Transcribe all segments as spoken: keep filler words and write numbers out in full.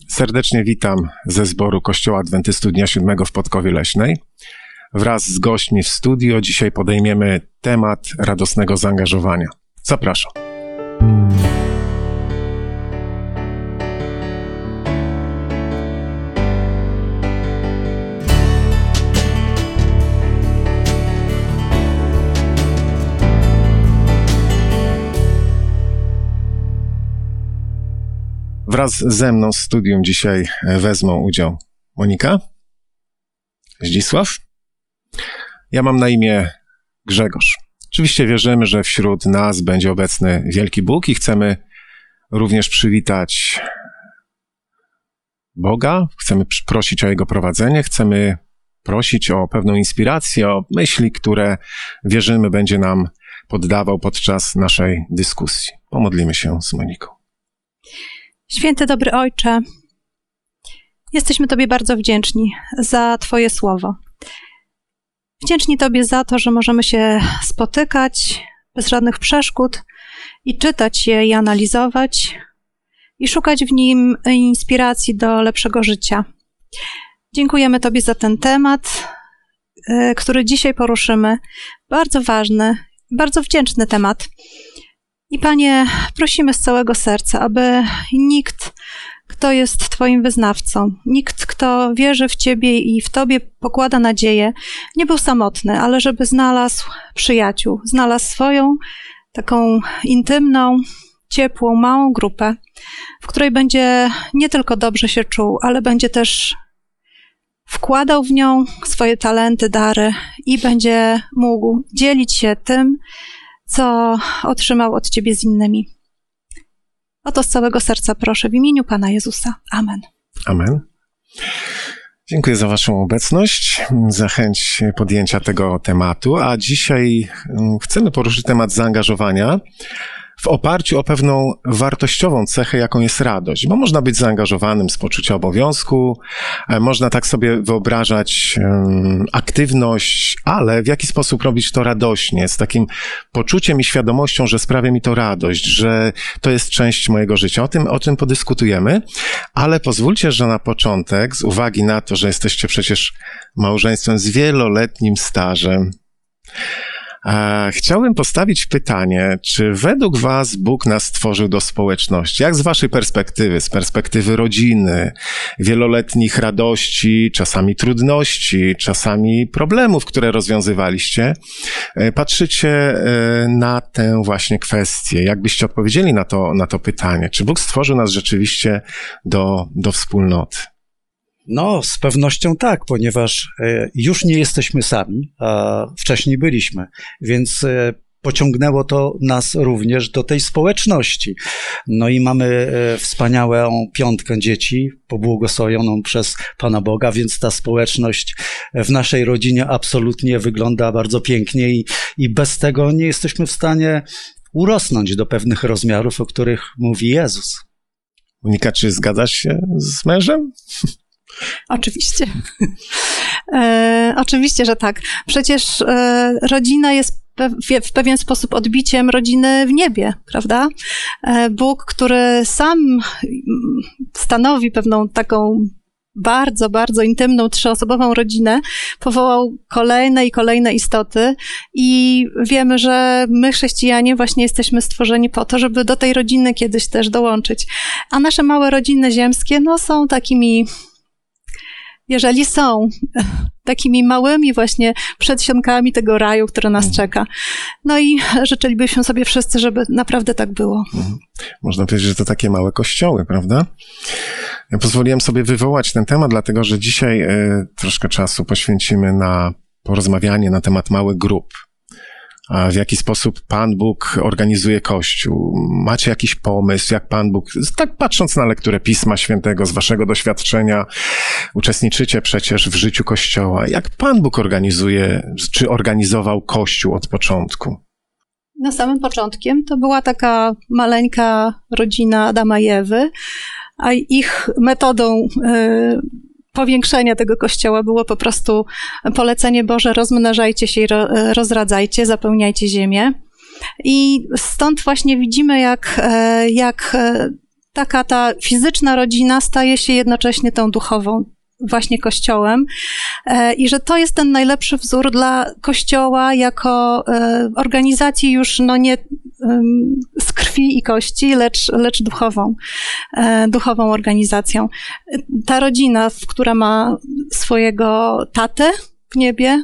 Serdecznie witam ze zboru Kościoła Adwentystów Dnia Siódmego w Podkowie Leśnej. Wraz z gośćmi w studio dzisiaj podejmiemy temat radosnego zaangażowania. Zapraszam. Wraz ze mną w studium dzisiaj wezmą udział Monika, Zdzisław. Ja mam na imię Grzegorz. Oczywiście wierzymy, że wśród nas będzie obecny wielki Bóg i chcemy również przywitać Boga, chcemy prosić o Jego prowadzenie, chcemy prosić o pewną inspirację, o myśli, które wierzymy będzie nam poddawał podczas naszej dyskusji. Pomodlimy się z Moniką. Święty, dobry Ojcze, jesteśmy Tobie bardzo wdzięczni za Twoje słowo. Wdzięczni Tobie za to, że możemy się spotykać bez żadnych przeszkód i czytać je i analizować i szukać w nim inspiracji do lepszego życia. Dziękujemy Tobie za ten temat, który dzisiaj poruszymy. Bardzo ważny, bardzo wdzięczny temat. I Panie, prosimy z całego serca, aby nikt, kto jest Twoim wyznawcą, nikt, kto wierzy w Ciebie i w Tobie pokłada nadzieję, nie był samotny, ale żeby znalazł przyjaciół, znalazł swoją taką intymną, ciepłą, małą grupę, w której będzie nie tylko dobrze się czuł, ale będzie też wkładał w nią swoje talenty, dary i będzie mógł dzielić się tym, co otrzymał od Ciebie z innymi. O to z całego serca proszę w imieniu Pana Jezusa. Amen. Amen. Dziękuję za Waszą obecność, za chęć podjęcia tego tematu, a dzisiaj chcemy poruszyć temat zaangażowania w oparciu o pewną wartościową cechę, jaką jest radość, bo można być zaangażowanym z poczucia obowiązku, można tak sobie wyobrażać um, aktywność, ale w jaki sposób robić to radośnie, z takim poczuciem i świadomością, że sprawia mi to radość, że to jest część mojego życia. O tym, o tym podyskutujemy, ale pozwólcie, że na początek, z uwagi na to, że jesteście przecież małżeństwem z wieloletnim stażem, A chciałem postawić pytanie, czy według was Bóg nas stworzył do społeczności? Jak z waszej perspektywy, z perspektywy rodziny, wieloletnich radości, czasami trudności, czasami problemów, które rozwiązywaliście, patrzycie na tę właśnie kwestię? Jak byście odpowiedzieli na to, na to pytanie? Czy Bóg stworzył nas rzeczywiście do, do wspólnoty? No, z pewnością tak, ponieważ już nie jesteśmy sami, a wcześniej byliśmy, więc pociągnęło to nas również do tej społeczności. No i mamy wspaniałą piątkę dzieci, pobłogosławioną przez Pana Boga, więc ta społeczność w naszej rodzinie absolutnie wygląda bardzo pięknie i, i bez tego nie jesteśmy w stanie urosnąć do pewnych rozmiarów, o których mówi Jezus. Monika, czy zgadzasz się z mężem? Oczywiście. E, oczywiście, że tak. Przecież e, rodzina jest pe- w pewien sposób odbiciem rodziny w niebie, prawda? E, Bóg, który sam stanowi pewną taką bardzo, bardzo intymną, trzyosobową rodzinę, powołał kolejne i kolejne istoty i wiemy, że my, chrześcijanie, właśnie jesteśmy stworzeni po to, żeby do tej rodziny kiedyś też dołączyć. A nasze małe rodziny ziemskie, no, są takimi... Jeżeli są takimi małymi właśnie przedsionkami tego raju, który nas czeka. No i życzylibyśmy sobie wszyscy, żeby naprawdę tak było. Można powiedzieć, że to takie małe kościoły, prawda? Ja pozwoliłem sobie wywołać ten temat, dlatego że dzisiaj y, troszkę czasu poświęcimy na porozmawianie na temat małych grup. A w jaki sposób Pan Bóg organizuje Kościół? Macie jakiś pomysł, jak Pan Bóg, tak patrząc na lekturę Pisma Świętego, z waszego doświadczenia, uczestniczycie przecież w życiu Kościoła. Jak Pan Bóg organizuje, czy organizował Kościół od początku? Na samym początkiem to była taka maleńka rodzina Adama i Ewy, a ich metodą yy, powiększenia tego Kościoła było po prostu polecenie Boże: rozmnażajcie się i rozradzajcie, zapełniajcie ziemię. I stąd właśnie widzimy, jak, jak taka ta fizyczna rodzina staje się jednocześnie tą duchową, właśnie Kościołem i że to jest ten najlepszy wzór dla Kościoła jako organizacji już no nie z krwi i kości, lecz, lecz duchową, duchową organizacją. Ta rodzina, która ma swojego tatę w niebie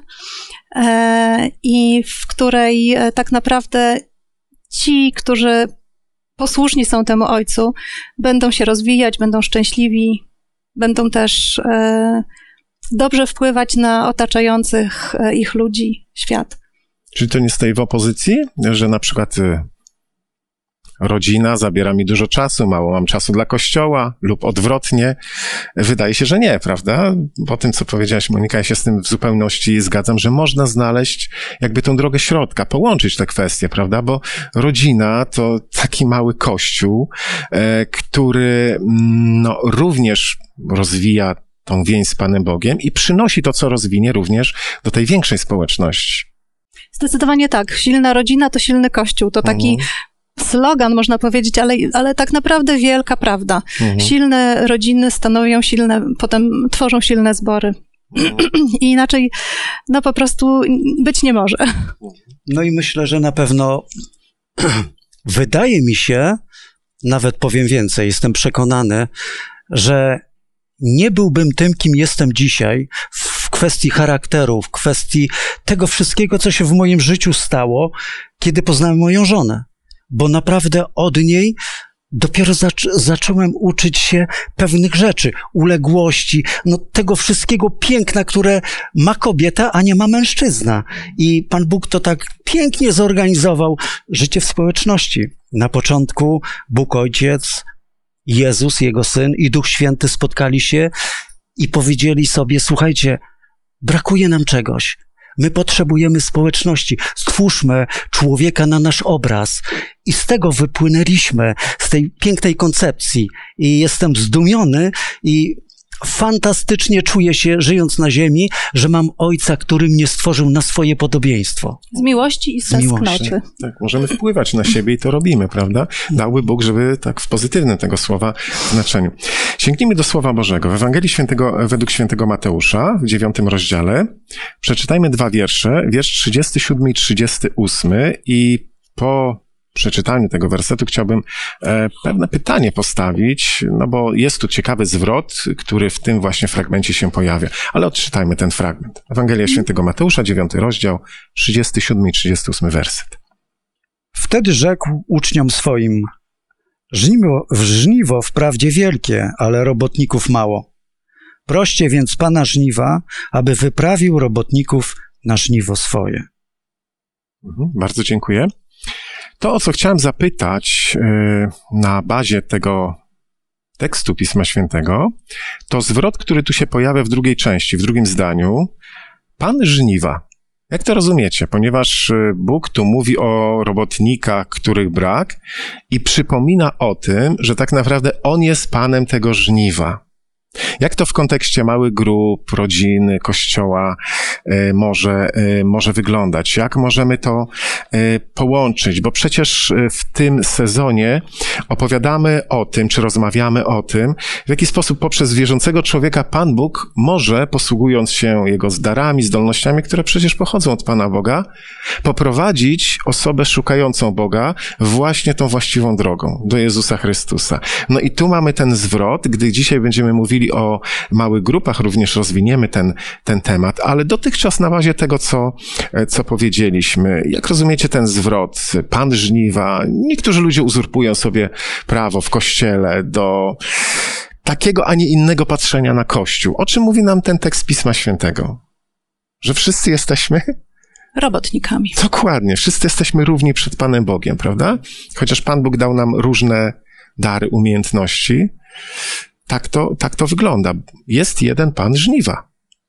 i w której tak naprawdę ci, którzy posłuszni są temu Ojcu, będą się rozwijać, będą szczęśliwi, będą też e, dobrze wpływać na otaczających e, ich ludzi, świat. Czyli to nie stoi w opozycji, że na przykład y, rodzina zabiera mi dużo czasu, mało mam czasu dla Kościoła lub odwrotnie? Wydaje się, że nie, prawda? Po tym, co powiedziałaś, Monika, ja się z tym w zupełności zgadzam, że można znaleźć jakby tą drogę środka, połączyć te kwestie, prawda? Bo rodzina to taki mały Kościół, e, który no, również rozwija tą więź z Panem Bogiem i przynosi to, co rozwinie również do tej większej społeczności. Zdecydowanie tak. Silna rodzina to silny Kościół. To taki mhm. slogan, można powiedzieć, ale, ale tak naprawdę wielka prawda. Mhm. Silne rodziny stanowią silne, potem tworzą silne zbory. Mhm. I inaczej no po prostu być nie może. No i myślę, że na pewno wydaje mi się, nawet powiem więcej, jestem przekonany, że nie byłbym tym, kim jestem dzisiaj w kwestii charakteru, w kwestii tego wszystkiego, co się w moim życiu stało, kiedy poznałem moją żonę. Bo naprawdę od niej dopiero zac- zacząłem uczyć się pewnych rzeczy, uległości, no tego wszystkiego piękna, które ma kobieta, a nie ma mężczyzna. I Pan Bóg to tak pięknie zorganizował życie w społeczności. Na początku Bóg Ojciec, Jezus, Jego Syn i Duch Święty spotkali się i powiedzieli sobie, słuchajcie, brakuje nam czegoś. My potrzebujemy społeczności. Stwórzmy człowieka na nasz obraz. I z tego wypłynęliśmy, z tej pięknej koncepcji. I jestem zdumiony i fantastycznie czuję się, żyjąc na ziemi, że mam Ojca, który mnie stworzył na swoje podobieństwo. Z miłości i z tęsknoty. Tak, możemy wpływać na siebie i to robimy, prawda? Dałby Bóg, żeby tak w pozytywnym tego słowa znaczeniu. Sięgnijmy do Słowa Bożego. W Ewangelii Świętego, według Świętego Mateusza w dziewiątym rozdziale przeczytajmy dwa wiersze, wiersz trzydziesty siódmy i trzydziesty ósmy i po przeczytaniu tego wersetu chciałbym e, pewne pytanie postawić, no bo jest tu ciekawy zwrot, który w tym właśnie fragmencie się pojawia. Ale odczytajmy ten fragment. Ewangelia Świętego Mateusza, dziewiąty rozdział, trzydziesty siódmy i trzydziesty ósmy werset. Wtedy rzekł uczniom swoim, żniwo, żniwo wprawdzie wielkie, ale robotników mało. Proście więc Pana żniwa, aby wyprawił robotników na żniwo swoje. Mhm, bardzo dziękuję. To, o co chciałem zapytać yy, na bazie tego tekstu Pisma Świętego, to zwrot, który tu się pojawia w drugiej części, w drugim zdaniu. Pan żniwa. Jak to rozumiecie? Ponieważ Bóg tu mówi o robotnikach, których brak i przypomina o tym, że tak naprawdę On jest Panem tego żniwa. Jak to w kontekście małych grup, rodziny, kościoła y, może, y, może wyglądać? Jak możemy to y, połączyć? Bo przecież w tym sezonie opowiadamy o tym, czy rozmawiamy o tym, w jaki sposób poprzez wierzącego człowieka Pan Bóg może, posługując się jego darami, zdolnościami, które przecież pochodzą od Pana Boga, poprowadzić osobę szukającą Boga właśnie tą właściwą drogą, do Jezusa Chrystusa. No i tu mamy ten zwrot, gdy dzisiaj będziemy mówili o małych grupach, również rozwiniemy ten, ten temat, ale dotychczas na bazie tego, co, co powiedzieliśmy, jak rozumiecie ten zwrot, Pan żniwa, niektórzy ludzie uzurpują sobie prawo w Kościele do takiego, a nie innego patrzenia na Kościół. O czym mówi nam ten tekst Pisma Świętego? Że wszyscy jesteśmy robotnikami. Dokładnie, wszyscy jesteśmy równi przed Panem Bogiem, prawda? Chociaż Pan Bóg dał nam różne dary, umiejętności, Tak to, tak to wygląda. Jest jeden Pan żniwa.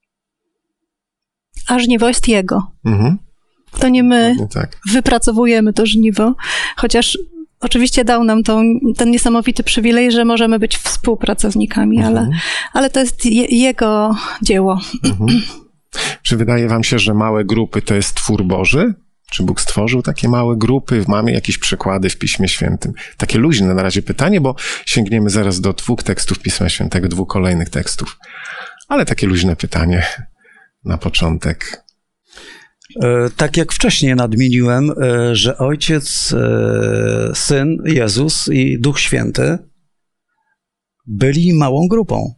A żniwo jest Jego. Mhm. To nie my tak. wypracowujemy to żniwo, chociaż oczywiście dał nam tą, ten niesamowity przywilej, że możemy być współpracownikami, mhm. ale, ale to jest je, Jego dzieło. Mhm. Czy wydaje wam się, że małe grupy to jest twór Boży? Czy Bóg stworzył takie małe grupy? Mamy jakieś przykłady w Piśmie Świętym? Takie luźne na razie pytanie, bo sięgniemy zaraz do dwóch tekstów Pisma Świętego, dwóch kolejnych tekstów. Ale takie luźne pytanie na początek. Tak jak wcześniej nadmieniłem, że Ojciec, Syn, Jezus i Duch Święty byli małą grupą.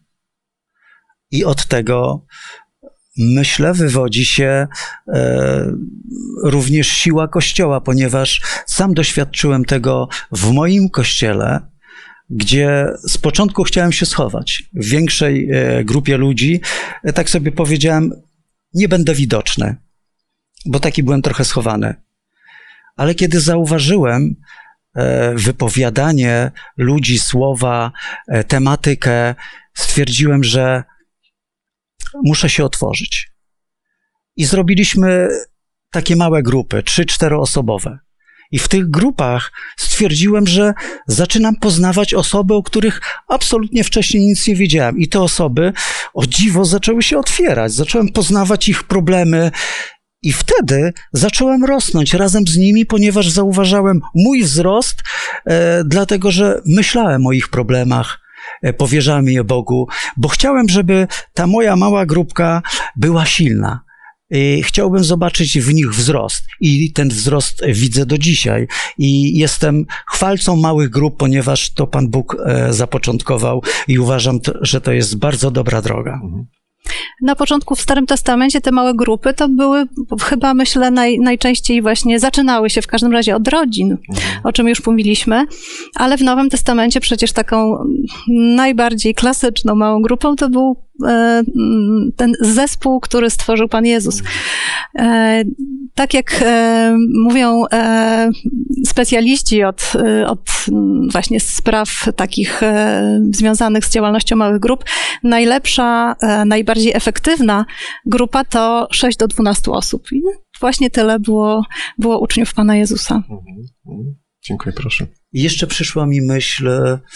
I od tego, myślę, wywodzi się e, również siła Kościoła, ponieważ sam doświadczyłem tego w moim Kościele, gdzie z początku chciałem się schować. W większej e, grupie ludzi, e, tak sobie powiedziałem, nie będę widoczny, bo taki byłem trochę schowany. Ale kiedy zauważyłem e, wypowiadanie ludzi, słowa, e, tematykę, stwierdziłem, że muszę się otworzyć. I zrobiliśmy takie małe grupy, trzy, czteroosobowe. I w tych grupach stwierdziłem, że zaczynam poznawać osoby, o których absolutnie wcześniej nic nie wiedziałem. I te osoby, o dziwo, zaczęły się otwierać. Zacząłem poznawać ich problemy i wtedy zacząłem rosnąć razem z nimi, ponieważ zauważałem mój wzrost, e, dlatego że myślałem o ich problemach, e, powierzałem je Bogu, bo chciałem, żeby ta moja mała grupka była silna. I chciałbym zobaczyć w nich wzrost i ten wzrost widzę do dzisiaj i jestem chwalcą małych grup, ponieważ to Pan Bóg e, zapoczątkował i uważam, to, że to jest bardzo dobra droga. Na początku w Starym Testamencie te małe grupy to były chyba, myślę, naj, najczęściej właśnie zaczynały się w każdym razie od rodzin, mhm. o czym już mówiliśmy, ale w Nowym Testamencie przecież taką najbardziej klasyczną małą grupą to był e, ten zespół, który stworzył Pan Jezus. E, tak jak e, mówią e, specjaliści od, od właśnie spraw takich e, związanych z działalnością małych grup, najlepsza, e, najbardziej efektywna grupa to sześć do dwunastu osób. I właśnie tyle było, było uczniów Pana Jezusa. Mhm. Dziękuję, proszę. I jeszcze przyszła mi myśl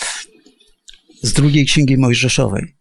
z drugiej Księgi Mojżeszowej,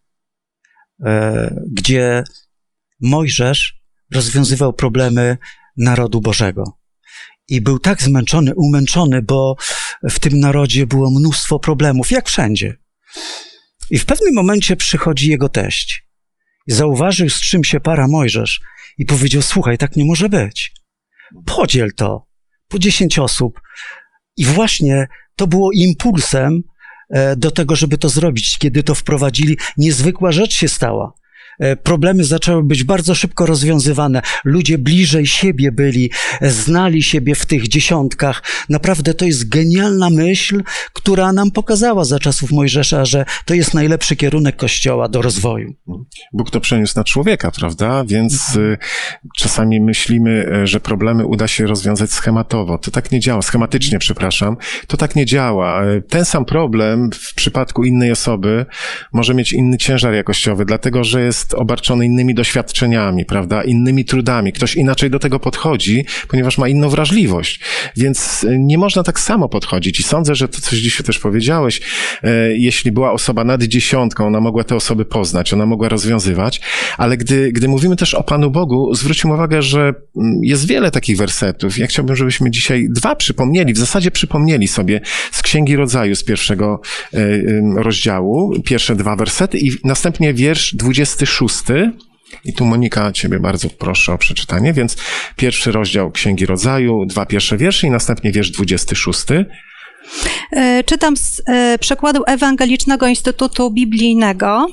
e, gdzie Mojżesz rozwiązywał problemy narodu Bożego. I był tak zmęczony, umęczony, bo w tym narodzie było mnóstwo problemów, jak wszędzie. I w pewnym momencie przychodzi jego teść. I zauważył, z czym się para Mojżesz i powiedział, słuchaj, tak nie może być. Podziel to po dziesięć osób. I właśnie to było impulsem do tego, żeby to zrobić. Kiedy to wprowadzili, niezwykła rzecz się stała. Problemy zaczęły być bardzo szybko rozwiązywane. Ludzie bliżej siebie byli, znali siebie w tych dziesiątkach. Naprawdę to jest genialna myśl, która nam pokazała za czasów Mojżesza, że to jest najlepszy kierunek Kościoła do rozwoju. Bóg to przeniósł na człowieka, prawda? Więc mhm. czasami myślimy, że problemy uda się rozwiązać schematowo. To tak nie działa, schematycznie, przepraszam. To tak nie działa. Ten sam problem w przypadku innej osoby może mieć inny ciężar jakościowy, dlatego że jest obarczony innymi doświadczeniami, prawda, innymi trudami. Ktoś inaczej do tego podchodzi, ponieważ ma inną wrażliwość. Więc nie można tak samo podchodzić. I sądzę, że to, coś dzisiaj też powiedziałeś, e, jeśli była osoba nad dziesiątką, ona mogła te osoby poznać, ona mogła rozwiązywać, ale gdy, gdy mówimy też o Panu Bogu, zwróćmy uwagę, że jest wiele takich wersetów. Ja chciałbym, żebyśmy dzisiaj dwa przypomnieli, w zasadzie przypomnieli sobie z Księgi Rodzaju, z pierwszego e, rozdziału, pierwsze dwa wersety i następnie wiersz dwudziesty szósty. I tu Monika, ciebie bardzo proszę o przeczytanie, więc pierwszy rozdział Księgi Rodzaju, dwa pierwsze wiersze i następnie wiersz dwudziesty szósty. Czytam z przekładu Ewangelicznego Instytutu Biblijnego.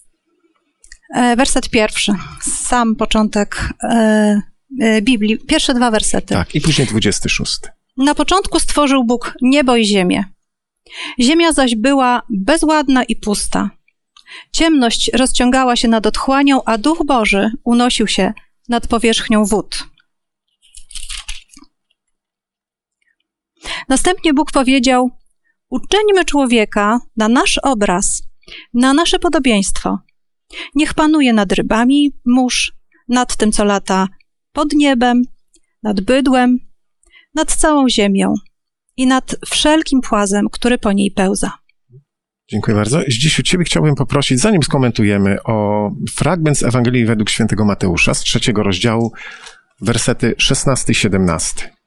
Werset pierwszy, sam początek Biblii, pierwsze dwa wersety. Tak, i później dwudziesty szósty. Na początku stworzył Bóg niebo i ziemię. Ziemia zaś była bezładna i pusta. Ciemność rozciągała się nad otchłanią, a Duch Boży unosił się nad powierzchnią wód. Następnie Bóg powiedział, uczyńmy człowieka na nasz obraz, na nasze podobieństwo. Niech panuje nad rybami, mórz, nad tym, co lata pod niebem, nad bydłem, nad całą ziemią i nad wszelkim płazem, który po niej pełza. Dziękuję bardzo. Zdzisiu, ciebie chciałbym poprosić, zanim skomentujemy, o fragment z Ewangelii według świętego Mateusza z trzeciego rozdziału, wersety szesnasty i siedemnasty.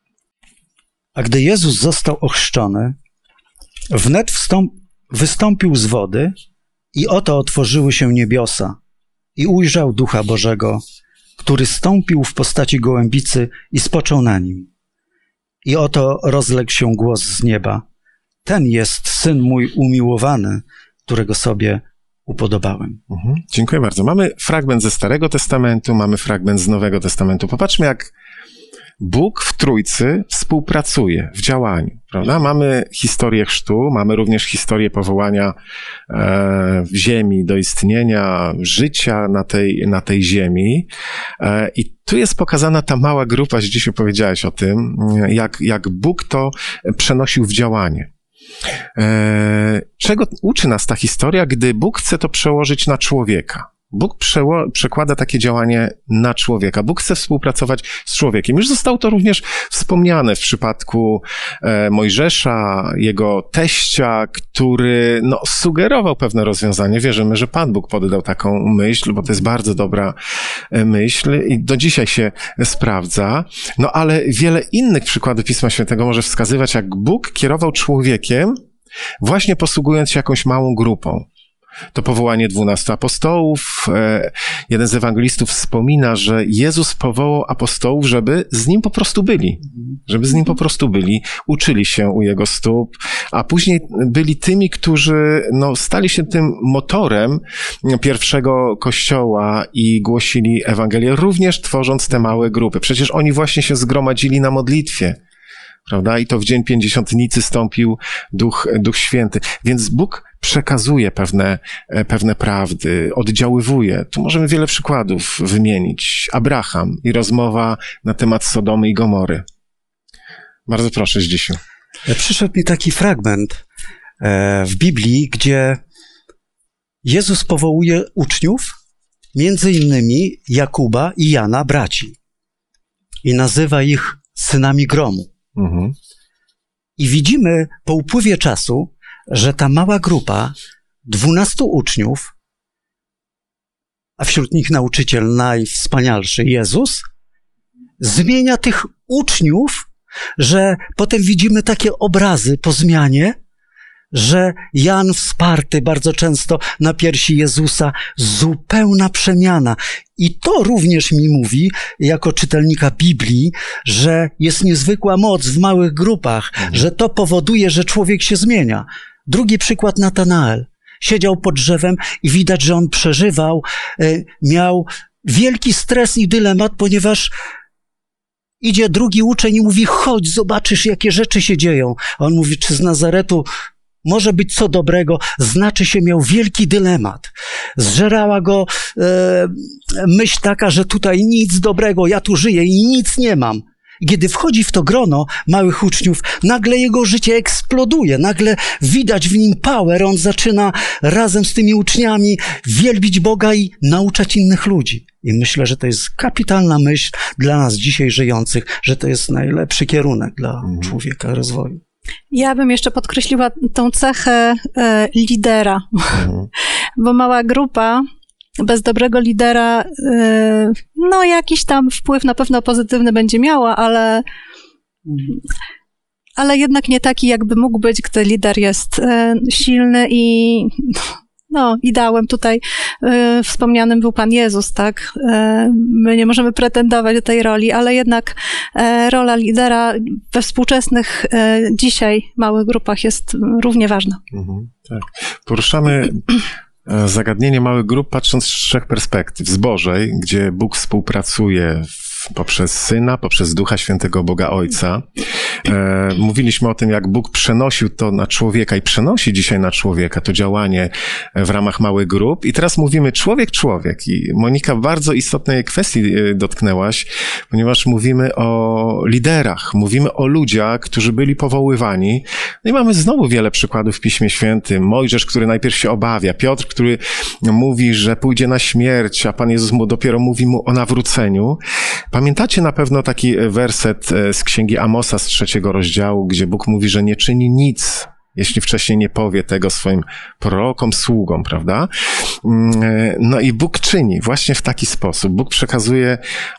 A gdy Jezus został ochrzczony, wnet wstąp, wystąpił z wody i oto otworzyły się niebiosa i ujrzał Ducha Bożego, który stąpił w postaci gołębicy i spoczął na nim. I oto rozległ się głos z nieba. Ten jest Syn mój umiłowany, którego sobie upodobałem. Mhm. Dziękuję bardzo. Mamy fragment ze Starego Testamentu, mamy fragment z Nowego Testamentu. Popatrzmy, jak Bóg w Trójcy współpracuje w działaniu, prawda? Mamy historię chrztu, mamy również historię powołania e, ziemi do istnienia, życia na tej, na tej ziemi. E, I tu jest pokazana ta mała grupa, że dziś opowiedziałeś o tym, jak, jak Bóg to przenosił w działanie. E, czego uczy nas ta historia, gdy Bóg chce to przełożyć na człowieka? Bóg przeło- przekłada takie działanie na człowieka. Bóg chce współpracować z człowiekiem. Już zostało to również wspomniane w przypadku e, Mojżesza, jego teścia, który no, sugerował pewne rozwiązanie. Wierzymy, że Pan Bóg poddał taką myśl, bo to jest bardzo dobra myśl i do dzisiaj się sprawdza. No ale wiele innych przykładów Pisma Świętego może wskazywać, jak Bóg kierował człowiekiem, właśnie posługując się jakąś małą grupą. To powołanie dwunastu apostołów. Jeden z ewangelistów wspomina, że Jezus powołał apostołów, żeby z Nim po prostu byli. Żeby z Nim po prostu byli. Uczyli się u Jego stóp, a później byli tymi, którzy no, stali się tym motorem pierwszego kościoła i głosili Ewangelię, również tworząc te małe grupy. Przecież oni właśnie się zgromadzili na modlitwie. Prawda? I to w dzień pięćdziesiątnicy stąpił Duch, Duch Święty. Więc Bóg przekazuje pewne, pewne prawdy, oddziaływuje. Tu możemy wiele przykładów wymienić. Abraham i rozmowa na temat Sodomy i Gomory. Bardzo proszę, Zdzisiu. Przyszedł mi taki fragment w Biblii, gdzie Jezus powołuje uczniów, między innymi Jakuba i Jana, braci. I nazywa ich synami gromu. Mhm. I widzimy po upływie czasu, że ta mała grupa, dwunastu uczniów, a wśród nich nauczyciel najwspanialszy, Jezus, zmienia tych uczniów, że potem widzimy takie obrazy po zmianie, że Jan wsparty bardzo często na piersi Jezusa, zupełna przemiana. I to również mi mówi, jako czytelnika Biblii, że jest niezwykła moc w małych grupach, mhm. że to powoduje, że człowiek się zmienia. Drugi przykład, Natanael. Siedział pod drzewem i widać, że on przeżywał, miał wielki stres i dylemat, ponieważ idzie drugi uczeń i mówi, chodź, zobaczysz, jakie rzeczy się dzieją. A on mówi, czy z Nazaretu może być co dobrego, znaczy się miał wielki dylemat. Zżerała go e, myśl taka, że tutaj nic dobrego, ja tu żyję i nic nie mam. Kiedy wchodzi w to grono małych uczniów, nagle jego życie eksploduje, nagle widać w nim power, on zaczyna razem z tymi uczniami wielbić Boga i nauczać innych ludzi. I myślę, że to jest kapitalna myśl dla nas dzisiaj żyjących, że to jest najlepszy kierunek dla mm. człowieka rozwoju. Ja bym jeszcze podkreśliła tą cechę e, lidera, mhm. bo mała grupa bez dobrego lidera, e, no jakiś tam wpływ na pewno pozytywny będzie miała, ale, mhm. ale jednak nie taki, jakby mógł być, gdy lider jest e, silny i no, ideałem tutaj e, wspomnianym był Pan Jezus, tak? E, my nie możemy pretendować do tej roli, ale jednak e, rola lidera we współczesnych e, dzisiaj małych grupach jest równie ważna. Mhm, tak. Poruszamy zagadnienie małych grup patrząc z trzech perspektyw. Z Bożej, gdzie Bóg współpracuje w, poprzez Syna, poprzez Ducha Świętego Boga Ojca. E, mówiliśmy o tym, jak Bóg przenosił to na człowieka i przenosi dzisiaj na człowieka to działanie w ramach małych grup. I teraz mówimy człowiek, człowiek. I Monika, bardzo istotnej kwestii dotknęłaś, ponieważ mówimy o liderach, mówimy o ludziach, którzy byli powoływani. No i mamy znowu wiele przykładów w Piśmie Świętym. Mojżesz, który najpierw się obawia, Piotr, który mówi, że pójdzie na śmierć, a Pan Jezus mu dopiero mówi mu o nawróceniu. Pamiętacie na pewno taki werset z Księgi Amosa z trzeciego rozdziału, gdzie Bóg mówi, że nie czyni nic jeśli wcześniej nie powie tego swoim prorokom, sługom, prawda? No i Bóg czyni właśnie w taki sposób. Bóg przekazuje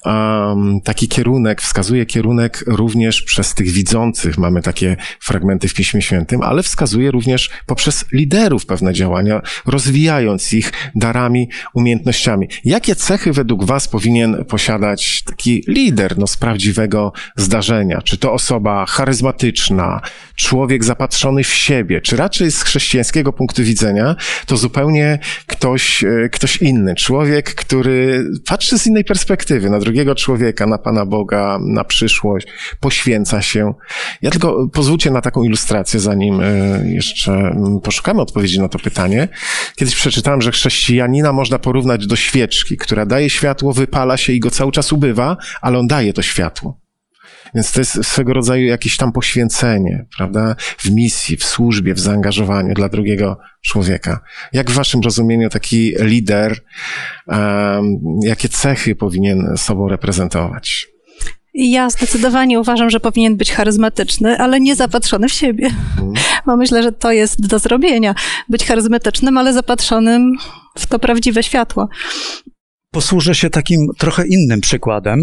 um, taki kierunek, wskazuje kierunek również przez tych widzących. Mamy takie fragmenty w Piśmie Świętym, ale wskazuje również poprzez liderów pewne działania, rozwijając ich darami, umiejętnościami. Jakie cechy według was powinien posiadać taki lider, no, z prawdziwego zdarzenia? Czy to osoba charyzmatyczna, człowiek zapatrzony w siebie, czy raczej z chrześcijańskiego punktu widzenia to zupełnie ktoś, ktoś inny, człowiek, który patrzy z innej perspektywy na drugiego człowieka, na Pana Boga, na przyszłość, poświęca się. Ja tylko pozwólcie na taką ilustrację, zanim jeszcze poszukamy odpowiedzi na to pytanie. Kiedyś przeczytałem, że chrześcijanina można porównać do świeczki, która daje światło, wypala się i go cały czas ubywa, ale on daje to światło. Więc to jest swego rodzaju jakieś tam poświęcenie, prawda? W misji, w służbie, w zaangażowaniu dla drugiego człowieka. Jak w waszym rozumieniu taki lider, um, jakie cechy powinien sobą reprezentować? Ja zdecydowanie uważam, że powinien być charyzmatyczny, ale nie zapatrzony w siebie. Hmm. Bo myślę, że to jest do zrobienia. Być charyzmatycznym, ale zapatrzonym w to prawdziwe światło. Posłużę się takim trochę innym przykładem.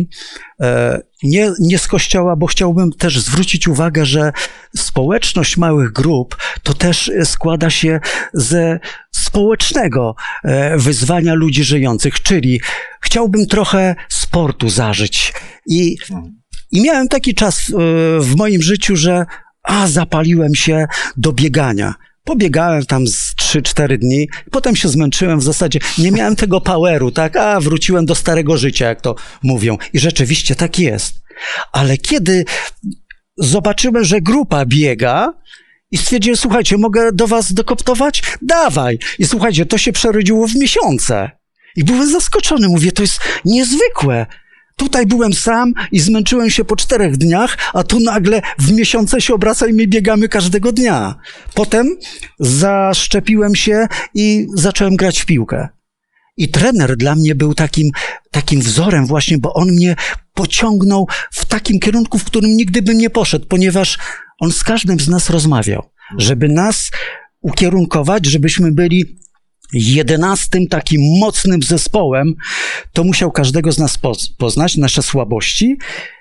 Nie, nie z Kościoła, bo chciałbym też zwrócić uwagę, że społeczność małych grup to też składa się ze społecznego wyzwania ludzi żyjących, czyli chciałbym trochę sportu zażyć. I, i miałem taki czas w, w moim życiu, że a, zapaliłem się do biegania. Pobiegałem tam z trzy cztery dni, potem się zmęczyłem, w zasadzie nie miałem tego poweru, tak, a wróciłem do starego życia, jak to mówią. I rzeczywiście tak jest. Ale kiedy zobaczyłem, że grupa biega i stwierdziłem, słuchajcie, mogę do was dokoptować? Dawaj! I słuchajcie, to się przerodziło w miesiące. I byłem zaskoczony, mówię, to jest niezwykłe. Tutaj byłem sam i zmęczyłem się po czterech dniach, a tu nagle w miesiące się obraca i my biegamy każdego dnia. Potem zaszczepiłem się i zacząłem grać w piłkę. I trener dla mnie był takim, takim wzorem właśnie, bo on mnie pociągnął w takim kierunku, w którym nigdy bym nie poszedł, ponieważ on z każdym z nas rozmawiał, żeby nas ukierunkować, żebyśmy byli jedenastym takim mocnym zespołem, to musiał każdego z nas poznać, nasze słabości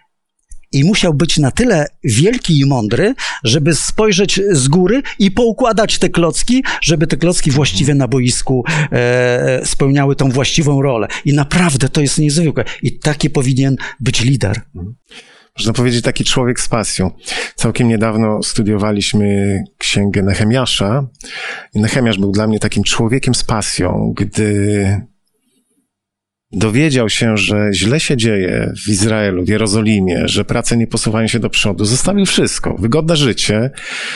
i musiał być na tyle wielki i mądry, żeby spojrzeć z góry i poukładać te klocki, żeby te klocki właściwie na boisku e, spełniały tą właściwą rolę. I naprawdę to jest niezwykłe. I taki powinien być lider. Można powiedzieć, taki człowiek z pasją. Całkiem niedawno studiowaliśmy księgę Nehemiasza i Nehemiasz był dla mnie takim człowiekiem z pasją, gdy dowiedział się, że źle się dzieje w Izraelu, w Jerozolimie, że prace nie posuwają się do przodu. Zostawił wszystko, wygodne życie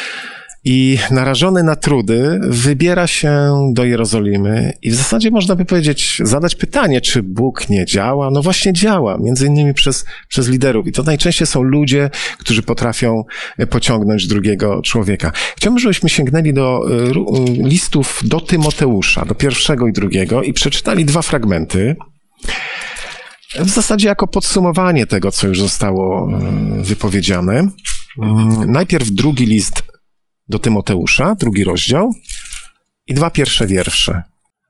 i narażony na trudy wybiera się do Jerozolimy i w zasadzie można by powiedzieć, zadać pytanie, czy Bóg nie działa? No właśnie działa, między innymi przez, przez liderów i to najczęściej są ludzie, którzy potrafią pociągnąć drugiego człowieka. Chciałbym, żebyśmy sięgnęli do listów do Tymoteusza, do pierwszego i drugiego i przeczytali dwa fragmenty. W zasadzie jako podsumowanie tego, co już zostało wypowiedziane. Najpierw drugi list do Tymoteusza, drugi rozdział i dwa pierwsze wiersze.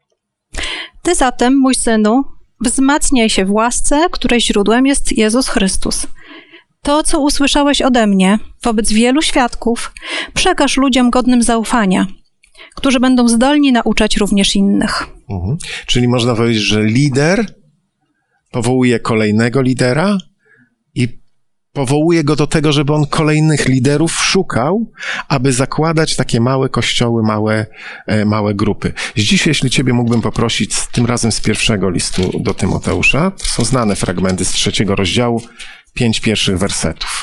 Ty zatem, mój synu, wzmacniaj się w łasce, której źródłem jest Jezus Chrystus. To, co usłyszałeś ode mnie wobec wielu świadków, przekaż ludziom godnym zaufania, którzy będą zdolni nauczać również innych. Mhm. Czyli można powiedzieć, że lider powołuje kolejnego lidera i powołuje go do tego, żeby on kolejnych liderów szukał, aby zakładać takie małe kościoły, małe, małe grupy. Dziś, jeśli ciebie mógłbym poprosić, tym razem z pierwszego listu do Tymoteusza, to są znane fragmenty z trzeciego rozdziału, pięć pierwszych wersetów.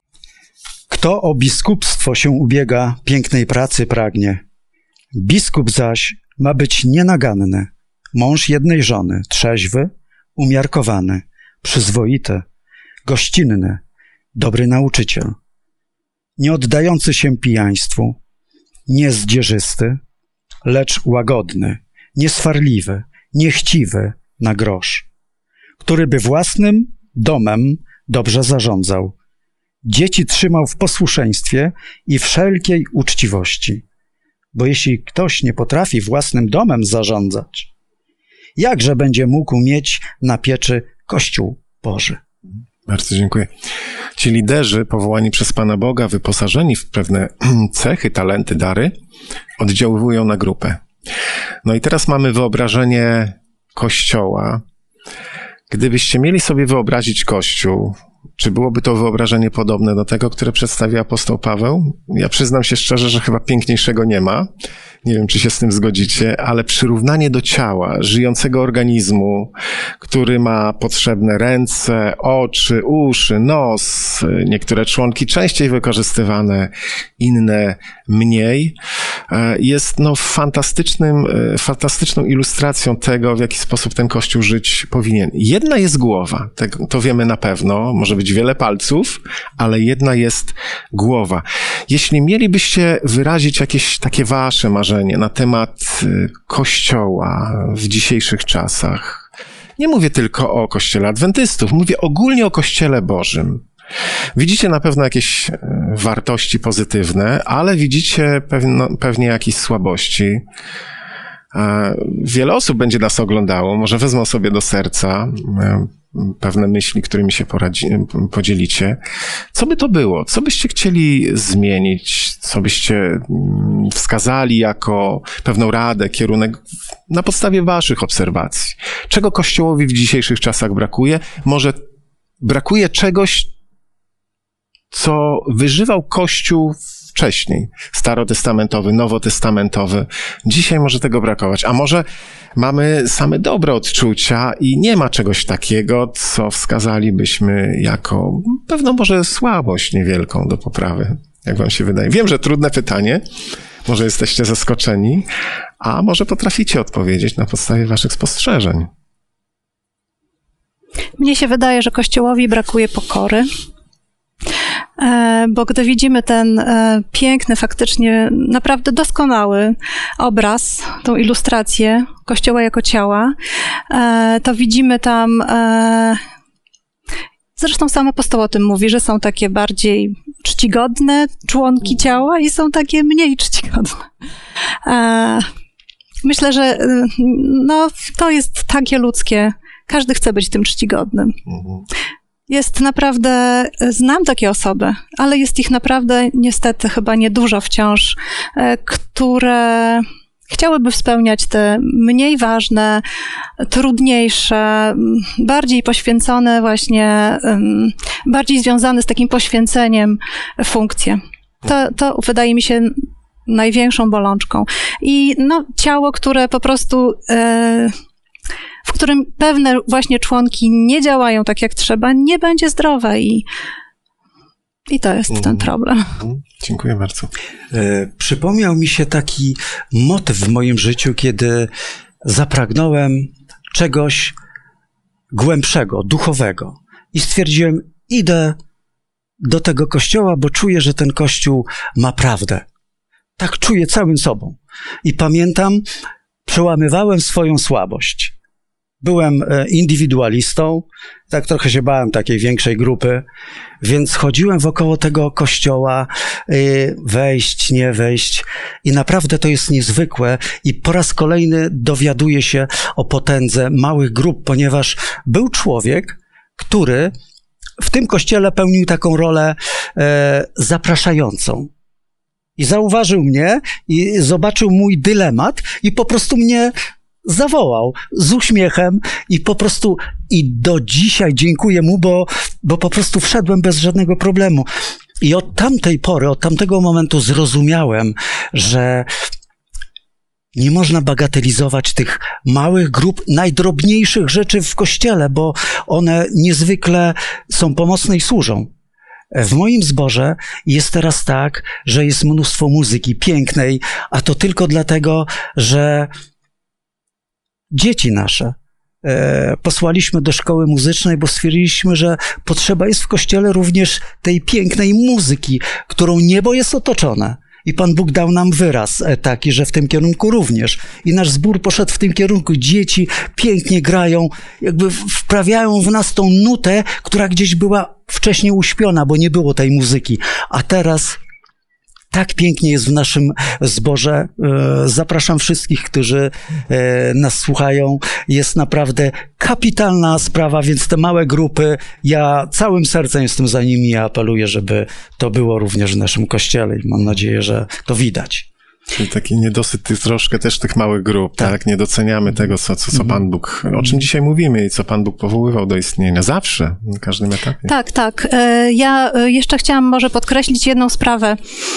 Kto o biskupstwo się ubiega, pięknej pracy pragnie. Biskup zaś ma być nienaganny, mąż jednej żony, trzeźwy, umiarkowany, przyzwoity, gościnny, dobry nauczyciel, nie oddający się pijaństwu, niezdzierzysty, lecz łagodny, nieswarliwy, niechciwy na grosz, który by własnym domem dobrze zarządzał, dzieci trzymał w posłuszeństwie i wszelkiej uczciwości. Bo jeśli ktoś nie potrafi własnym domem zarządzać, jakże będzie mógł mieć na pieczy Kościół Boży? Bardzo dziękuję. Ci liderzy powołani przez Pana Boga, wyposażeni w pewne cechy, talenty, dary, oddziałują na grupę. No i teraz mamy wyobrażenie Kościoła. Gdybyście mieli sobie wyobrazić Kościół, czy byłoby to wyobrażenie podobne do tego, które przedstawia apostoł Paweł? Ja przyznam się szczerze, że chyba piękniejszego nie ma. Nie wiem, czy się z tym zgodzicie, ale przyrównanie do ciała, żyjącego organizmu, który ma potrzebne ręce, oczy, uszy, nos, niektóre członki częściej wykorzystywane, inne mniej, jest no fantastycznym, fantastyczną ilustracją tego, w jaki sposób ten Kościół żyć powinien. Jedna jest głowa, to wiemy na pewno, może być wiele palców, ale jedna jest głowa. Jeśli mielibyście wyrazić jakieś takie wasze marzenia na temat Kościoła w dzisiejszych czasach, nie mówię tylko o Kościele Adwentystów, mówię ogólnie o Kościele Bożym. Widzicie na pewno jakieś wartości pozytywne, ale widzicie pewno, pewnie jakieś słabości. Wiele osób będzie nas oglądało, może wezmą sobie do serca pewne myśli, którymi się poradzi, podzielicie. Co by to było? Co byście chcieli zmienić? Co byście wskazali jako pewną radę, kierunek na podstawie waszych obserwacji? Czego Kościołowi w dzisiejszych czasach brakuje? Może brakuje czegoś, co wyżywał Kościół wcześniej, starotestamentowy, nowotestamentowy. Dzisiaj może tego brakować, a może mamy same dobre odczucia i nie ma czegoś takiego, co wskazalibyśmy jako pewną może słabość niewielką do poprawy, jak wam się wydaje. Wiem, że trudne pytanie, może jesteście zaskoczeni, a może potraficie odpowiedzieć na podstawie waszych spostrzeżeń. Mnie się wydaje, że Kościołowi brakuje pokory. Bo gdy widzimy ten piękny, faktycznie naprawdę doskonały obraz, tą ilustrację Kościoła jako ciała, to widzimy tam, zresztą sam apostoł o tym mówi, że są takie bardziej czcigodne członki ciała i są takie mniej czcigodne. Myślę, że no, to jest takie ludzkie. Każdy chce być tym czcigodnym. Jest naprawdę, znam takie osoby, ale jest ich naprawdę niestety chyba niedużo wciąż, które chciałyby spełniać te mniej ważne, trudniejsze, bardziej poświęcone właśnie, bardziej związane z takim poświęceniem funkcje. To, to wydaje mi się największą bolączką. I no, ciało, które po prostu... w którym pewne właśnie członki nie działają tak, jak trzeba, nie będzie zdrowe i, i to jest mm. ten problem. Dziękuję bardzo. E, przypomniał mi się taki motyw w moim życiu, kiedy zapragnąłem czegoś głębszego, duchowego i stwierdziłem, idę do tego kościoła, bo czuję, że ten kościół ma prawdę. Tak czuję całym sobą. I pamiętam, przełamywałem swoją słabość. Byłem indywidualistą, tak trochę się bałem takiej większej grupy, więc chodziłem wokoło tego kościoła, wejść, nie wejść i naprawdę to jest niezwykłe i po raz kolejny dowiaduję się o potędze małych grup, ponieważ był człowiek, który w tym kościele pełnił taką rolę e, zapraszającą. I zauważył mnie i zobaczył mój dylemat i po prostu mnie zawołał z uśmiechem i po prostu i do dzisiaj dziękuję mu, bo, bo po prostu wszedłem bez żadnego problemu. I od tamtej pory, od tamtego momentu zrozumiałem, że nie można bagatelizować tych małych grup, najdrobniejszych rzeczy w kościele, bo one niezwykle są pomocne i służą. W moim zborze jest teraz tak, że jest mnóstwo muzyki pięknej, a to tylko dlatego, że dzieci nasze e, posłaliśmy do szkoły muzycznej, bo stwierdziliśmy, że potrzeba jest w kościele również tej pięknej muzyki, którą niebo jest otoczone. I Pan Bóg dał nam wyraz taki, że w tym kierunku również. I nasz zbór poszedł w tym kierunku. Dzieci pięknie grają, jakby wprawiają w nas tą nutę, która gdzieś była wcześniej uśpiona, bo nie było tej muzyki. A teraz tak pięknie jest w naszym zborze. Zapraszam wszystkich, którzy nas słuchają. Jest naprawdę kapitalna sprawa, więc te małe grupy, ja całym sercem jestem za nimi i apeluję, żeby to było również w naszym kościele i mam nadzieję, że to widać. Czyli taki niedosyt tych, troszkę też tych małych grup, tak? tak? Nie doceniamy tego, co, co, co Pan Bóg, o czym dzisiaj mówimy i co Pan Bóg powoływał do istnienia. Zawsze, na każdym etapie. Tak, tak. Ja jeszcze chciałam może podkreślić jedną sprawę.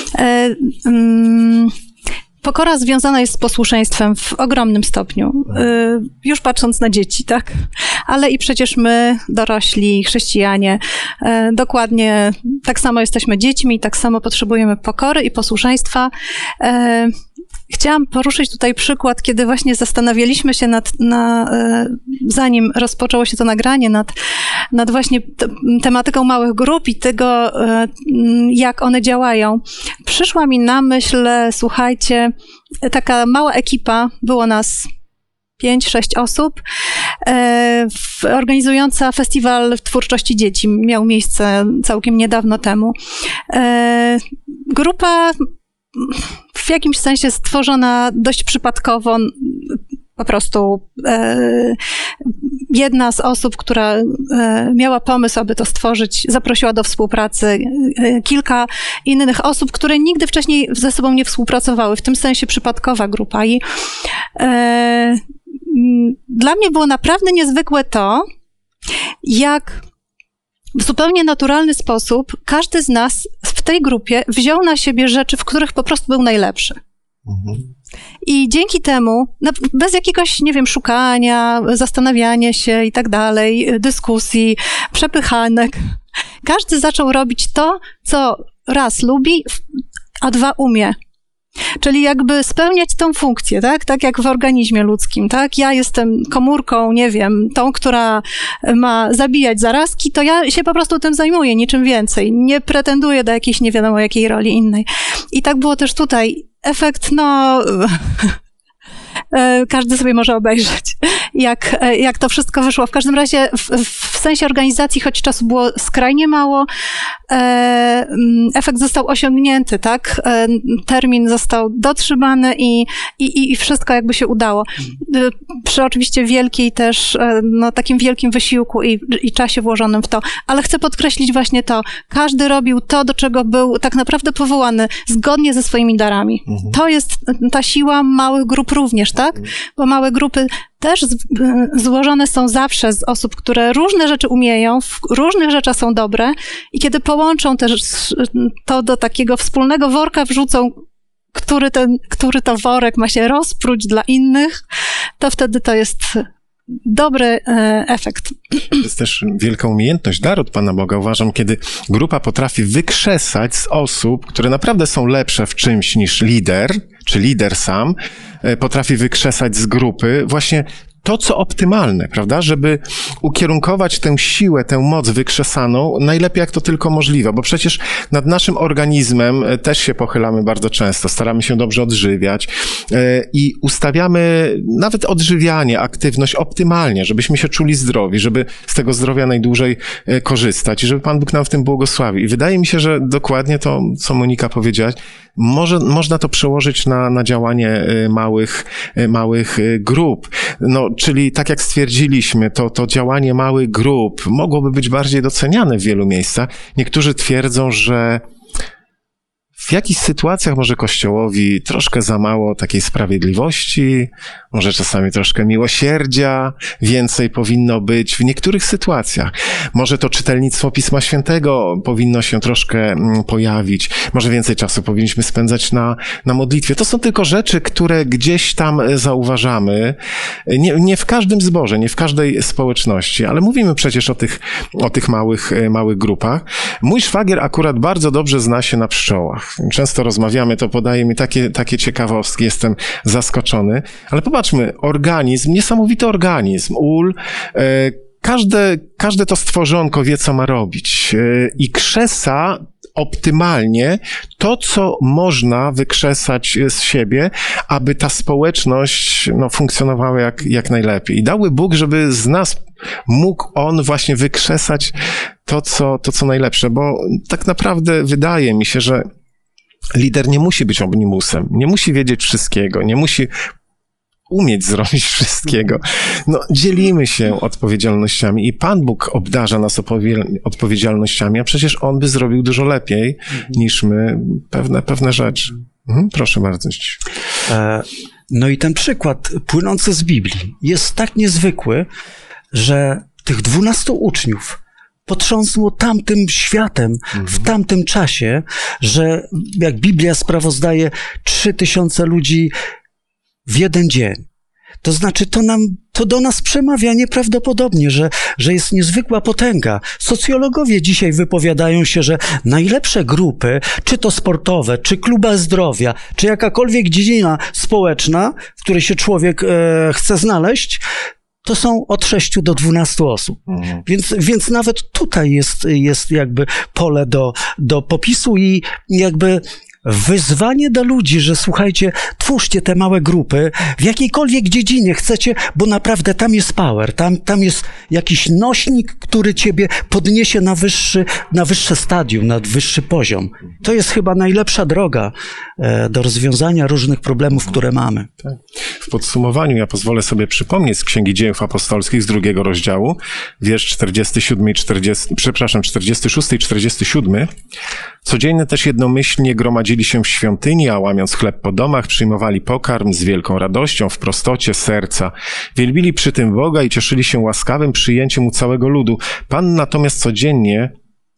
Pokora związana jest z posłuszeństwem w ogromnym stopniu. Już patrząc na dzieci, tak? Ale i przecież my, dorośli, chrześcijanie, dokładnie tak samo jesteśmy dziećmi, tak samo potrzebujemy pokory i posłuszeństwa. Chciałam poruszyć tutaj przykład, kiedy właśnie zastanawialiśmy się nad, na, zanim rozpoczęło się to nagranie, nad, nad właśnie te, tematyką małych grup i tego, jak one działają. Przyszła mi na myśl, słuchajcie, taka mała ekipa, było nas pięć, sześć osób, e, w, organizująca festiwal twórczości dzieci. Miał miejsce całkiem niedawno temu. E, grupa w jakimś sensie stworzona dość przypadkowo, po prostu e, jedna z osób, która e, miała pomysł, aby to stworzyć, zaprosiła do współpracy e, kilka innych osób, które nigdy wcześniej ze sobą nie współpracowały, w tym sensie przypadkowa grupa. I e, dla mnie było naprawdę niezwykłe to, jak w zupełnie naturalny sposób każdy z nas w tej grupie wziął na siebie rzeczy, w których po prostu był najlepszy. Mhm. I dzięki temu, bez jakiegoś, nie wiem, szukania, zastanawiania się i tak dalej, dyskusji, przepychanek, każdy zaczął robić to, co raz lubi, a dwa umie. Czyli jakby spełniać tą funkcję, tak? Tak jak w organizmie ludzkim, tak? Ja jestem komórką, nie wiem, tą, która ma zabijać zarazki, to ja się po prostu tym zajmuję, niczym więcej. Nie pretenduję do jakiejś nie wiadomo jakiej roli innej. I tak było też tutaj. Efekt, no... Każdy sobie może obejrzeć, jak, jak to wszystko wyszło. W każdym razie w, w sensie organizacji, choć czasu było skrajnie mało, efekt został osiągnięty, tak? Termin został dotrzymany i, i, i wszystko jakby się udało. Przy oczywiście wielkiej też, no takim wielkim wysiłku i, i czasie włożonym w to. Ale chcę podkreślić właśnie to. Każdy robił to, do czego był tak naprawdę powołany, zgodnie ze swoimi darami. Mhm. To jest ta siła małych grup również, tak? Bo małe grupy też z, złożone są zawsze z osób, które różne rzeczy umieją, w różnych rzeczach są dobre i kiedy połączą też to do takiego wspólnego worka, wrzucą, który, ten, który to worek ma się rozpróć dla innych, to wtedy to jest dobry e, efekt. To jest też wielka umiejętność, dar od Pana Boga, uważam, kiedy grupa potrafi wykrzesać z osób, które naprawdę są lepsze w czymś niż lider, czy lider sam, e, potrafi wykrzesać z grupy właśnie to, co optymalne, prawda? Żeby ukierunkować tę siłę, tę moc wykrzesaną najlepiej, jak to tylko możliwe, bo przecież nad naszym organizmem też się pochylamy bardzo często, staramy się dobrze odżywiać i ustawiamy nawet odżywianie, aktywność optymalnie, żebyśmy się czuli zdrowi, żeby z tego zdrowia najdłużej korzystać i żeby Pan Bóg nam w tym błogosławił. I wydaje mi się, że dokładnie to, co Monika powiedziałaś, może, można to przełożyć na, na działanie małych, małych grup. No, czyli tak jak stwierdziliśmy, to, to działanie małych grup mogłoby być bardziej doceniane w wielu miejscach. Niektórzy twierdzą, że w jakichś sytuacjach może Kościołowi troszkę za mało takiej sprawiedliwości, może czasami troszkę miłosierdzia, więcej powinno być w niektórych sytuacjach. Może to czytelnictwo Pisma Świętego powinno się troszkę pojawić, może więcej czasu powinniśmy spędzać na, na modlitwie. To są tylko rzeczy, które gdzieś tam zauważamy. Nie, nie w każdym zborze, nie w każdej społeczności, ale mówimy przecież o tych, o tych małych, małych grupach. Mój szwagier akurat bardzo dobrze zna się na pszczołach. Często rozmawiamy, to podaje mi takie, takie ciekawostki, jestem zaskoczony. Ale popatrzmy, organizm, niesamowity organizm, ul, e, każde, każde to stworzonko wie, co ma robić i krzesa optymalnie to, co można wykrzesać z siebie, aby ta społeczność no, funkcjonowała jak, jak najlepiej. I dałby Bóg, żeby z nas mógł On właśnie wykrzesać to co, to, co najlepsze, bo tak naprawdę wydaje mi się, że lider nie musi być omnibusem, nie musi wiedzieć wszystkiego, nie musi umieć zrobić wszystkiego. No, dzielimy się odpowiedzialnościami i Pan Bóg obdarza nas odpowiedzialnościami, a przecież On by zrobił dużo lepiej niż my pewne, pewne rzeczy. Mhm, proszę bardzo. No i ten przykład płynący z Biblii jest tak niezwykły, że tych dwunastu uczniów potrząsło tamtym światem mhm. w tamtym czasie, że jak Biblia sprawozdaje trzy tysiące ludzi w jeden dzień. To znaczy, to nam, to do nas przemawia nieprawdopodobnie, że, że jest niezwykła potęga. Socjologowie dzisiaj wypowiadają się, że najlepsze grupy, czy to sportowe, czy kluba zdrowia, czy jakakolwiek dziedzina społeczna, w której się człowiek e, chce znaleźć, to są od sześciu do dwunastu osób. Mhm. Więc, więc nawet tutaj jest, jest jakby pole do, do popisu i jakby wyzwanie do ludzi, że słuchajcie, twórzcie te małe grupy w jakiejkolwiek dziedzinie chcecie, bo naprawdę tam jest power, tam, tam jest jakiś nośnik, który ciebie podniesie na wyższy, na wyższe stadium, na wyższy poziom. To jest chyba najlepsza droga e, do rozwiązania różnych problemów, które mamy. Tak. W podsumowaniu ja pozwolę sobie przypomnieć z Księgi Dziejów Apostolskich z drugiego rozdziału, wiersz czterdziesty siódmy i czterdziesty, przepraszam, czterdziesty szósty i czterdziesty siódmy. Codziennie też jednomyślnie gromadzili się w świątyni, a łamiąc chleb po domach, przyjmowali pokarm z wielką radością, w prostocie serca. Wielbili przy tym Boga i cieszyli się łaskawym przyjęciem u całego ludu. Pan natomiast codziennie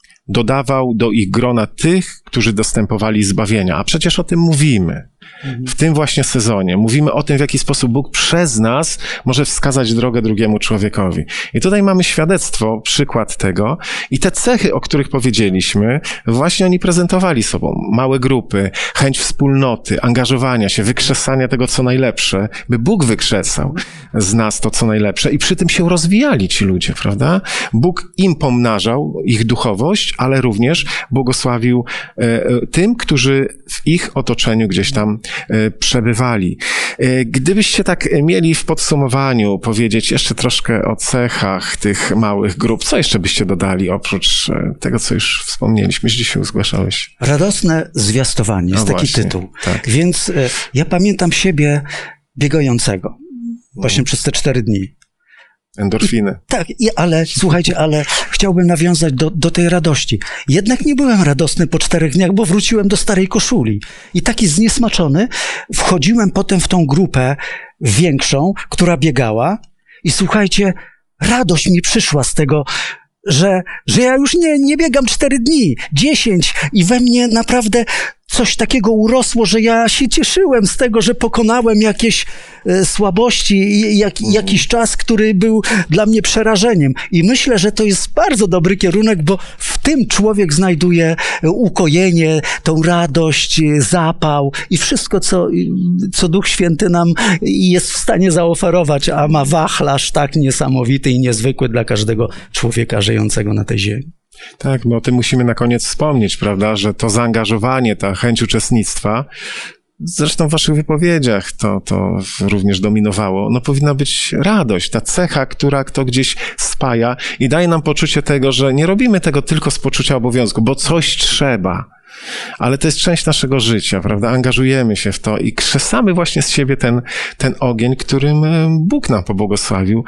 dodawał do ich grona tych, którzy dostępowali zbawienia. A przecież o tym mówimy. W tym właśnie sezonie. Mówimy o tym, w jaki sposób Bóg przez nas może wskazać drogę drugiemu człowiekowi. I tutaj mamy świadectwo, przykład tego i te cechy, o których powiedzieliśmy, właśnie oni prezentowali sobą. Małe grupy, chęć wspólnoty, angażowania się, wykrzesania tego, co najlepsze, by Bóg wykrzesał z nas to, co najlepsze i przy tym się rozwijali ci ludzie, prawda? Bóg im pomnażał ich duchowość, ale również błogosławił e, tym, którzy w ich otoczeniu gdzieś tam przebywali. Gdybyście tak mieli w podsumowaniu powiedzieć jeszcze troszkę o cechach tych małych grup, co jeszcze byście dodali oprócz tego, co już wspomnieliśmy, że dzisiaj zgłaszałeś? Radosne zwiastowanie, jest no taki właśnie, tytuł. Tak. Więc ja pamiętam siebie biegającego właśnie no. przez te cztery dni. Endorfiny. I, tak, i, ale słuchajcie, ale chciałbym nawiązać do, do tej radości. Jednak nie byłem radosny po czterech dniach, bo wróciłem do starej koszuli. I taki zniesmaczony wchodziłem potem w tą grupę większą, która biegała i słuchajcie, radość mi przyszła z tego, że, że ja już nie, nie biegam cztery dni, dziesięć i we mnie naprawdę coś takiego urosło, że ja się cieszyłem z tego, że pokonałem jakieś e, słabości i jak, mhm. jakiś czas, który był dla mnie przerażeniem. I myślę, że to jest bardzo dobry kierunek, bo w tym człowiek znajduje ukojenie, tą radość, zapał i wszystko, co, co Duch Święty nam jest w stanie zaoferować, a ma wachlarz tak niesamowity i niezwykły dla każdego człowieka żyjącego na tej ziemi. Tak, bo o tym musimy na koniec wspomnieć, prawda, że to zaangażowanie, ta chęć uczestnictwa, zresztą w waszych wypowiedziach to, to również dominowało, no powinna być radość, ta cecha, która to gdzieś spaja i daje nam poczucie tego, że nie robimy tego tylko z poczucia obowiązku, bo coś trzeba. Ale to jest część naszego życia, prawda? Angażujemy się w to i krzesamy właśnie z siebie ten, ten ogień, którym Bóg nam pobłogosławił.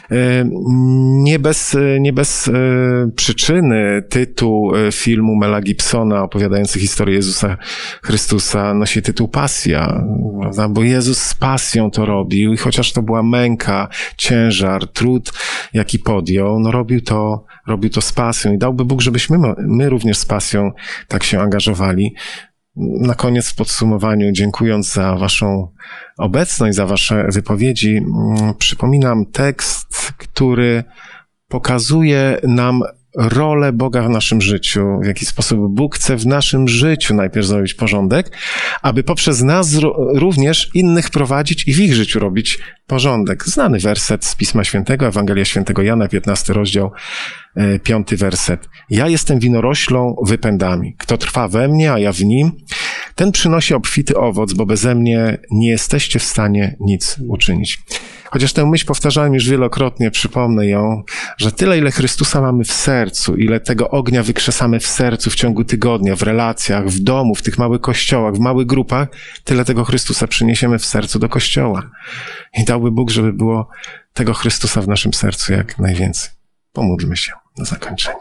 Nie bez, nie bez przyczyny tytuł filmu Mela Gibsona opowiadający historię Jezusa Chrystusa nosi tytuł Pasja, prawda? Bo Jezus z pasją to robił i chociaż to była męka, ciężar, trud, jaki podjął, no robił to, robił to z pasją i dałby Bóg, żebyśmy my również z pasją tak się angażowali. Na koniec w podsumowaniu, dziękując za waszą obecność, za wasze wypowiedzi, przypominam tekst, który pokazuje nam rolę Boga w naszym życiu, w jaki sposób Bóg chce w naszym życiu najpierw zrobić porządek, aby poprzez nas również innych prowadzić i w ich życiu robić porządek. Znany werset z Pisma Świętego, Ewangelia Świętego Jana, piętnasty rozdział, piąty werset. Ja jestem winoroślą, wy pędami. Kto trwa we mnie, a ja w nim, ten przynosi obfity owoc, bo beze mnie nie jesteście w stanie nic uczynić. Chociaż tę myśl powtarzałem już wielokrotnie, przypomnę ją, że tyle, ile Chrystusa mamy w sercu, ile tego ognia wykrzesamy w sercu w ciągu tygodnia, w relacjach, w domu, w tych małych kościołach, w małych grupach, tyle tego Chrystusa przyniesiemy w sercu do kościoła. I dałby Bóg, żeby było tego Chrystusa w naszym sercu jak najwięcej. Pomódlmy się na zakończenie.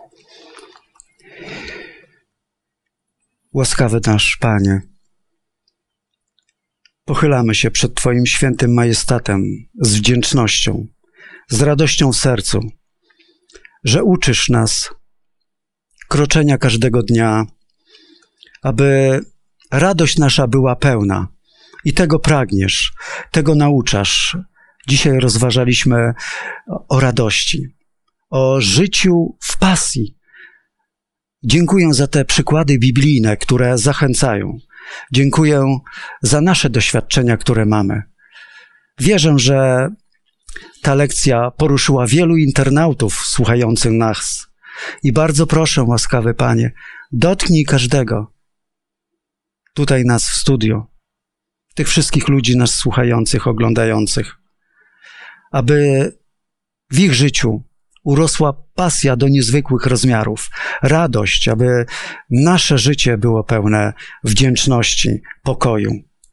Łaskawy nasz Panie, pochylamy się przed Twoim świętym majestatem z wdzięcznością, z radością w sercu, że uczysz nas kroczenia każdego dnia, aby radość nasza była pełna i tego pragniesz, tego nauczasz. Dzisiaj rozważaliśmy o radości, o życiu w pasji. Dziękuję za te przykłady biblijne, które zachęcają. Dziękuję za nasze doświadczenia, które mamy. Wierzę, że ta lekcja poruszyła wielu internautów słuchających nas. I bardzo proszę, łaskawy Panie, dotknij każdego tutaj nas w studio, tych wszystkich ludzi nas słuchających, oglądających, aby w ich życiu urosła pasja do niezwykłych rozmiarów, radość, aby nasze życie było pełne wdzięczności, pokoju.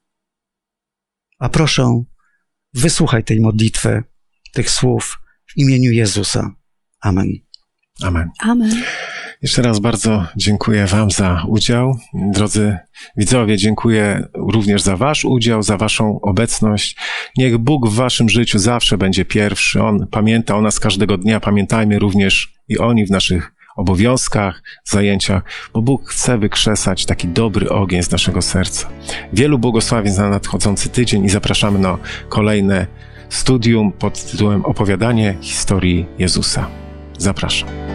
A proszę, wysłuchaj tej modlitwy, tych słów w imieniu Jezusa. Amen. Amen. Amen. Jeszcze raz bardzo dziękuję Wam za udział. Drodzy widzowie, dziękuję również za Wasz udział, za Waszą obecność. Niech Bóg w Waszym życiu zawsze będzie pierwszy. On pamięta o nas każdego dnia. Pamiętajmy również i oni w naszych obowiązkach, zajęciach, bo Bóg chce wykrzesać taki dobry ogień z naszego serca. Wielu błogosławień na nadchodzący tydzień i zapraszamy na kolejne studium pod tytułem Opowiadanie historii Jezusa. Zapraszam.